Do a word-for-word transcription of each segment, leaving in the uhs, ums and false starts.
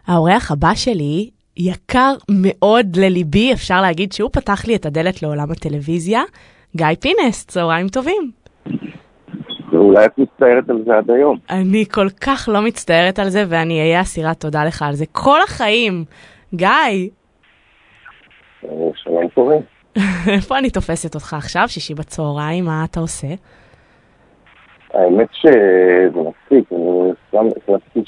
האורח הבא שלי יקר מאוד לליבי, אפשר להגיד שהוא פתח לי את הדלת לעולם הטלוויזיה. גיא פינס, צהריים טובים. ואולי את מצטערת על זה עד היום. אני כל כך לא מצטערת על זה, ואני אהיה אסירת תודה לך על זה כל החיים. גיא. שלום טובים. איפה אני תופסת אותך עכשיו, שישי בצהריים, מה אתה עושה? האמת שזה מצחיק, אני גם החלטתי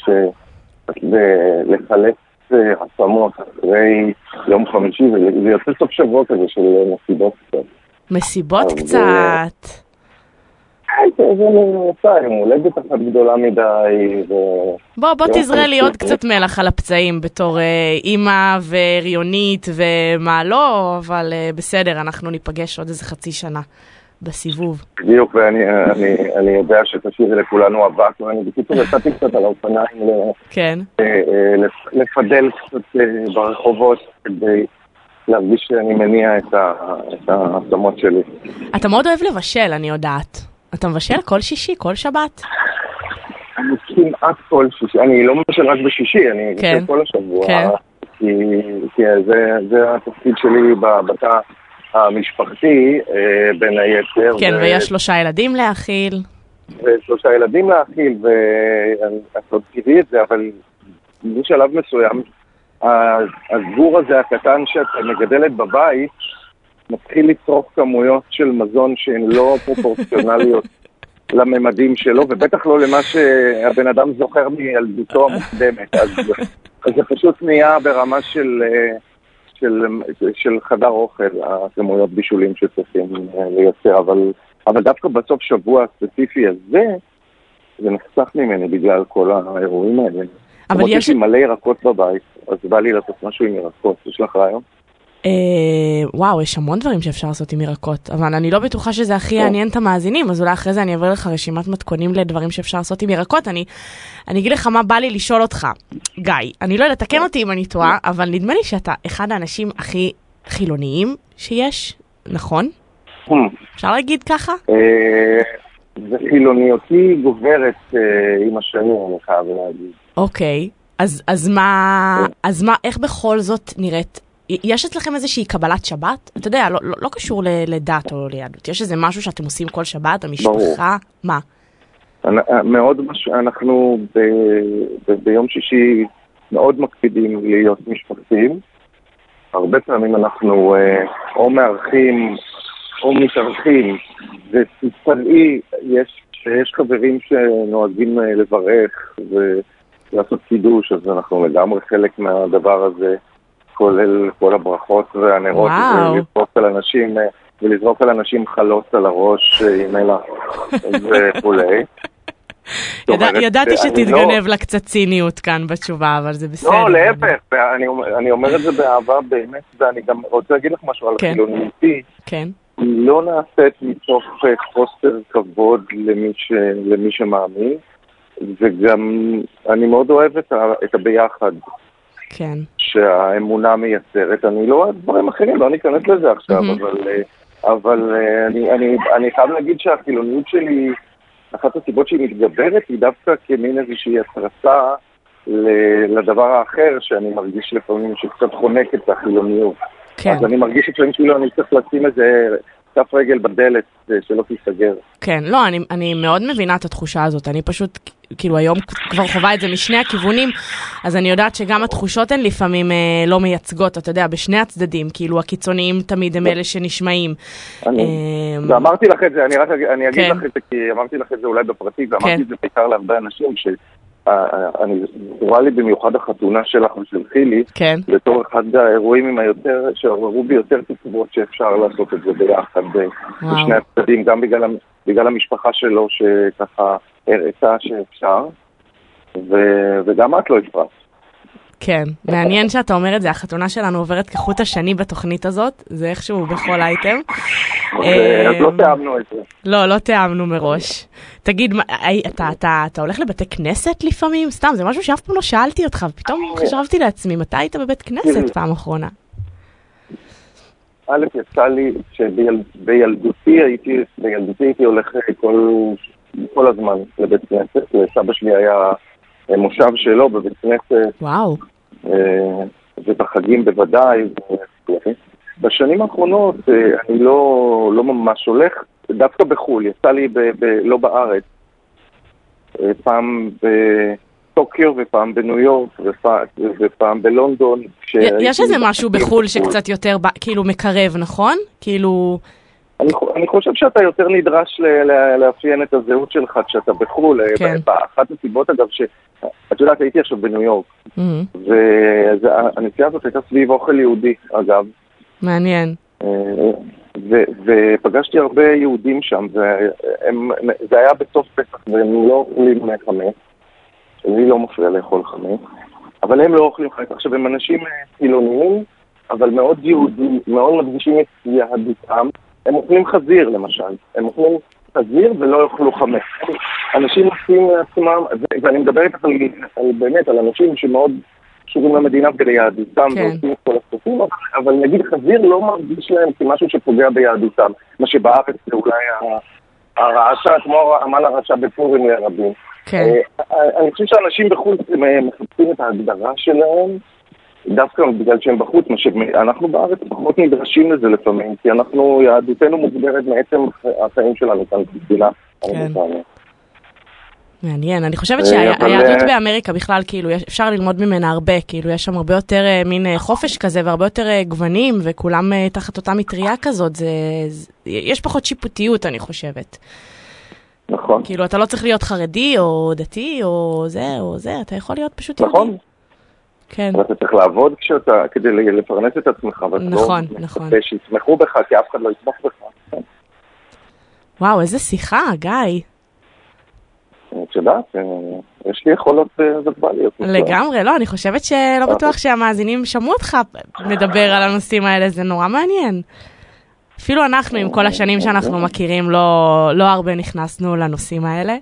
שלחלץ השמות אחרי יום חמישי, זה יוצא סוף שבוע כזה של מסיבות קצת. מסיבות קצת? זה נעשה, עם הולדת אחת גדולה מדי. בוא, בוא תזרה לי עוד קצת מלח על הפצעים בתור אימא והריונית ומה לא, אבל בסדר, אנחנו ניפגש עוד איזה חצי שנה בסיבוב. בדיוק, ואני יודע שתשאירי לכולנו אבק, ואני בקיצור יצאתי קצת על האופניים לפדל קצת ברחובות כדי להרגיש שאני מניע את העצמות שלי. אתה מאוד אוהב לבשל, אני יודעת. אתה מבשל כל שישי, כל שבת? אני כמעט כל שישי, אני לא מבשל רק בשישי, אני מבשל כל השבוע, כי זה התפקיד שלי בתא המשפחתי, בין היתר. כן, ויש שלושה ילדים להאכיל. ושלושה ילדים להאכיל, ואת עוד תראי את זה, אבל בשלב מסוים, הגור הזה הקטן שאת מגדלת בבית, מתחיל לצרוך כמויות של מזון שהן לא פרופורציונליות לממדים שלו, ובטח לא למה שהבן אדם זוכר מילדותו המוקדמת. אז, אז זה פשוט נהיה ברמה של, של, של חדר אוכל, הכמויות בישולים שצריכים לייצר, אבל, אבל דווקא בסוף שבוע הספציפי הזה, זה נחסך ממני בגלל כל האירועים האלה. אבל יש... יש לי מלא ירקות בבית, אז בא לי לעשות משהו עם ירקות. יש לך רעיון? וואו, יש המון דברים שאפשר לעשות עם ירקות, אבל אני לא בטוחה שזה הכי יעניין את המאזינים, אז אולי אחרי זה אני אעבור לך רשימת מתכונים לדברים שאפשר לעשות עם ירקות. אני, אני אגיד לך מה בא לי לשאול אותך, גיא, אני לא יודעת, תקן אותי אם אני טועה, אבל נדמה לי שאתה אחד האנשים הכי חילוניים שיש, נכון? אפשר להגיד ככה? זה חילוניותי גוברת עם השנים, אני חייב להגיד. אוקיי, אז, אז מה, אז מה, איך בכל זאת נראית, יש אצלכם איזושהי קבלת שבת? אתה יודע, לא, לא, לא קשור לדת או ליהדות. יש איזה משהו שאתם עושים כל שבת, המשפחה? מה? מאוד, אנחנו ב, ב, ביום שישי מאוד מקפידים להיות משפחתיים. הרבה פעמים אנחנו או מארחים או מתארחים, ותתפלאי, יש, יש חברים שנוהגים לברך ולעשות קידוש, אז אנחנו לגמרי חלק מהדבר הזה. כולל כל הברכות והנרות, ולזרוק על אנשים, ולזרוק על אנשים חלות על הראש עם מלח וכולי. ידעתי שתתגנב לה קצת ציניות כאן בתשובה, אבל זה בסדר. לא, להפך, אני אומר את זה באהבה באמת, ואני גם רוצה להגיד לך משהו על החילוניותי. כן. לא נעשית מתוך חוסר כבוד למי שמאמין, וגם אני מאוד אוהב את הביחד. כן. שהאמונה מייצרת. אני לא אוהב דברים אחרים, לא ניכנס לזה עכשיו, mm-hmm. אבל, אבל אני, אני, אני חייב להגיד שהחילוניות שלי, אחת הסיבות שהיא מתגברת, היא דווקא כמין איזושהי התרסה לדבר האחר, שאני מרגיש לפעמים שקצת חונק את החילוניות. כן. אז אני מרגיש לפעמים כאילו אני צריך לשים איזה כף רגל בדלת שלא תיסגר. כן, לא, אני, אני מאוד מבינה את התחושה הזאת. אני פשוט, כאילו, היום כבר חובה את זה משני הכיוונים, אז אני יודעת שגם התחושות הן לפעמים אה, לא מייצגות, אתה יודע, בשני הצדדים, כאילו, הקיצוניים תמיד הם אלה שנשמעים. אני, אה... ואמרתי לך את זה, אני רק אני אגיד כן. לך את זה, כי אמרתי לך את זה אולי בפרטי, ואמרתי כן. את זה בעיקר להרבה אנשים, ש... אני זכורה לי במיוחד החתונה שלך ושל חילי, כן. בתור אחד האירועים עם היותר, שעוררו ביותר תקוות שאפשר לעשות את זה ביחד בשני הצדדים, גם בגלל, בגלל המשפחה שלו שככה הראתה שאפשר, ו, וגם את לא הפרעת. כן, מעניין שאתה אומר את זה, החתונה שלנו עוברת כחוט השני בתוכנית הזאת, זה איכשהו בכל אייטם. אז לא תאמנו את זה. לא, לא תאמנו מראש. תגיד, אתה הולך לבתי כנסת לפעמים? סתם, זה משהו שאף פעם לא שאלתי אותך, ופתאום חשבתי לעצמי, מתי היית בבית כנסת פעם אחרונה? א', יצא לי שבילדותי הייתי, בילדותי הייתי הולך כל הזמן לבית כנסת, סבא שלי היה מושב שלו בבית כנסת. וואו. ובחגים בוודאי. בשנים האחרונות אני לא, לא ממש הולך, דווקא בחול, יצא לי ב, ב, לא בארץ, פעם בטוקיו ופעם בניו יורק ופעם, ופעם בלונדון. יש איזה משהו בחול שקצת יותר כאילו מקרב, נכון? כאילו... אני, אני חושב שאתה יותר נדרש ל, ל, לאפיין את הזהות שלך כשאתה בחול. כן. באחת הסיבות אגב, שאת יודעת, הייתי עכשיו בניו יורק, mm-hmm. והנסיעה הזאת הייתה סביב אוכל יהודי, אגב. מעניין. ו, ופגשתי הרבה יהודים שם, והם, זה היה בסוף פסח, והם לא אוכלים חמץ. לי לא מפריע לאכול חמץ, אבל הם לא אוכלים חמץ. עכשיו, הם אנשים חילוניים, אבל מאוד יהודים, מאוד מדגישים את יהדותם. הם אוכלים חזיר, למשל. הם אוכלים חזיר ולא יאכלו חמץ. אנשים עושים לעצמם, ואני מדבר איתך על, על, באמת על אנשים שמאוד קשורים למדינה וליהדותם, כן. ועושים את כל הסופים, אבל נגיד חזיר לא מרגיש להם כמשהו שפוגע ביהדותם. מה שבארץ זה אולי הרעשה, כמו עמל הרעשה בפורים לרבים. כן. אני חושב שאנשים בחוץ מחפשים את ההגדרה שלהם, דווקא בגלל שהם בחוץ, מה שאנחנו בארץ פחות נדרשים לזה לפעמים, כי אנחנו, יהדותנו מוגדרת מעצם החיים שלנו כאן בגדילה. כן. מעניין, אני חושבת שהיהדות באמריקה בכלל, כאילו, אפשר ללמוד ממנה הרבה, כאילו, יש שם הרבה יותר מין חופש כזה, והרבה יותר גוונים, וכולם תחת אותה מטריה כזאת, יש פחות שיפוטיות, אני חושבת. נכון. כאילו, אתה לא צריך להיות חרדי, או דתי, או זה, או זה, אתה יכול להיות פשוט יהודי. נכון. כן. ואתה צריך לעבוד כשאתה, כדי לפרנס את עצמך, נכון, נכון. שיתמכו בך, כי אף אחד לא יתמוך בך. וואו, איזה שיחה, גיא. את יודעת, יש לי יכולות זקבליות. לגמרי, לא, אני חושבת שלא בטוח שהמאזינים שמעו אותך מדבר על הנושאים האלה, זה נורא מעניין. אפילו אנחנו, עם כל השנים שאנחנו מכירים, לא, לא הרבה נכנסנו לנושאים האלה.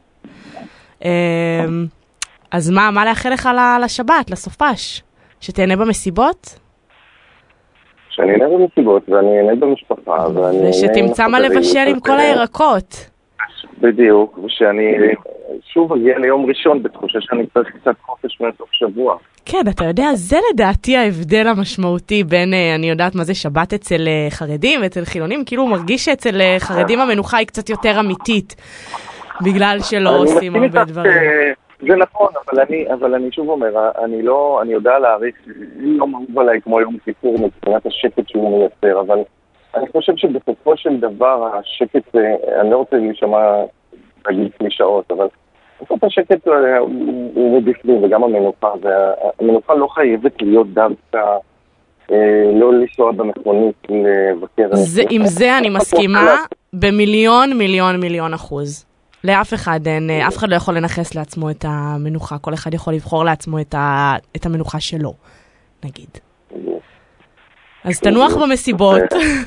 אז מה, מה לאחל לך לשבת, לסופש? שתהנה במסיבות? שאני אהנה במסיבות, ואני אהנה במשפחה, ושתמצא מה לבשל עם כל הירקות. בדיוק, ושאני שוב אגיע ליום ראשון בתחושה שאני צריך קצת חופש מהסוף שבוע. כן, אתה יודע, זה לדעתי ההבדל המשמעותי בין, אני יודעת מה זה שבת אצל חרדים ואצל חילונים, כאילו הוא מרגיש שאצל חרדים המנוחה היא קצת יותר אמיתית, בגלל שלא עושים הרבה דברים. זה נכון, אבל אני, אבל אני שוב אומר, אני לא, אני יודע להעריך, לא מעוב עליי כמו יום כיפור מבחינת השקט שהוא מייצר, אבל אני חושב שבסופו של דבר השקט, אני לא רוצה להישמע להגיד קלישאות, אבל בסוף השקט הוא בפנים, וגם המנוחה, והמנוחה לא חייבת להיות דווקא, לא לנסוע במכונית לבקר. עם זה אני מסכימה במיליון מיליון מיליון אחוז. לאף אחד אין, אף אחד לא יכול לנחס לעצמו את המנוחה, כל אחד יכול לבחור לעצמו את, ה, את המנוחה שלו, נגיד. אז תנוח במסיבות.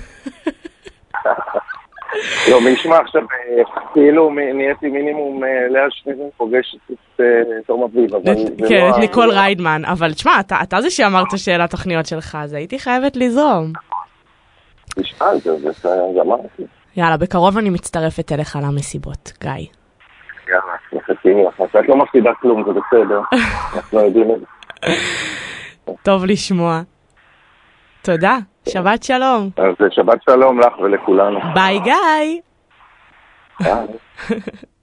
לא, מי ישמע עכשיו, כאילו נהייתי מינימום להשניזם פוגש את תום אביב. כן, את ניקול ריידמן, אבל תשמע, אתה זה שאמרת שאלה התוכניות שלך, אז הייתי חייבת לזרום. תשאל, זה אמרתי. יאללה, בקרוב אני מצטרפת אליך למסיבות, גיא. יאללה, מחכים לך. את לא מפסידה כלום, זה בסדר. אנחנו יודעים את זה. טוב לשמוע. תודה, שבת שלום. אז שבת שלום לך ולכולנו. ביי, גיא. ביי.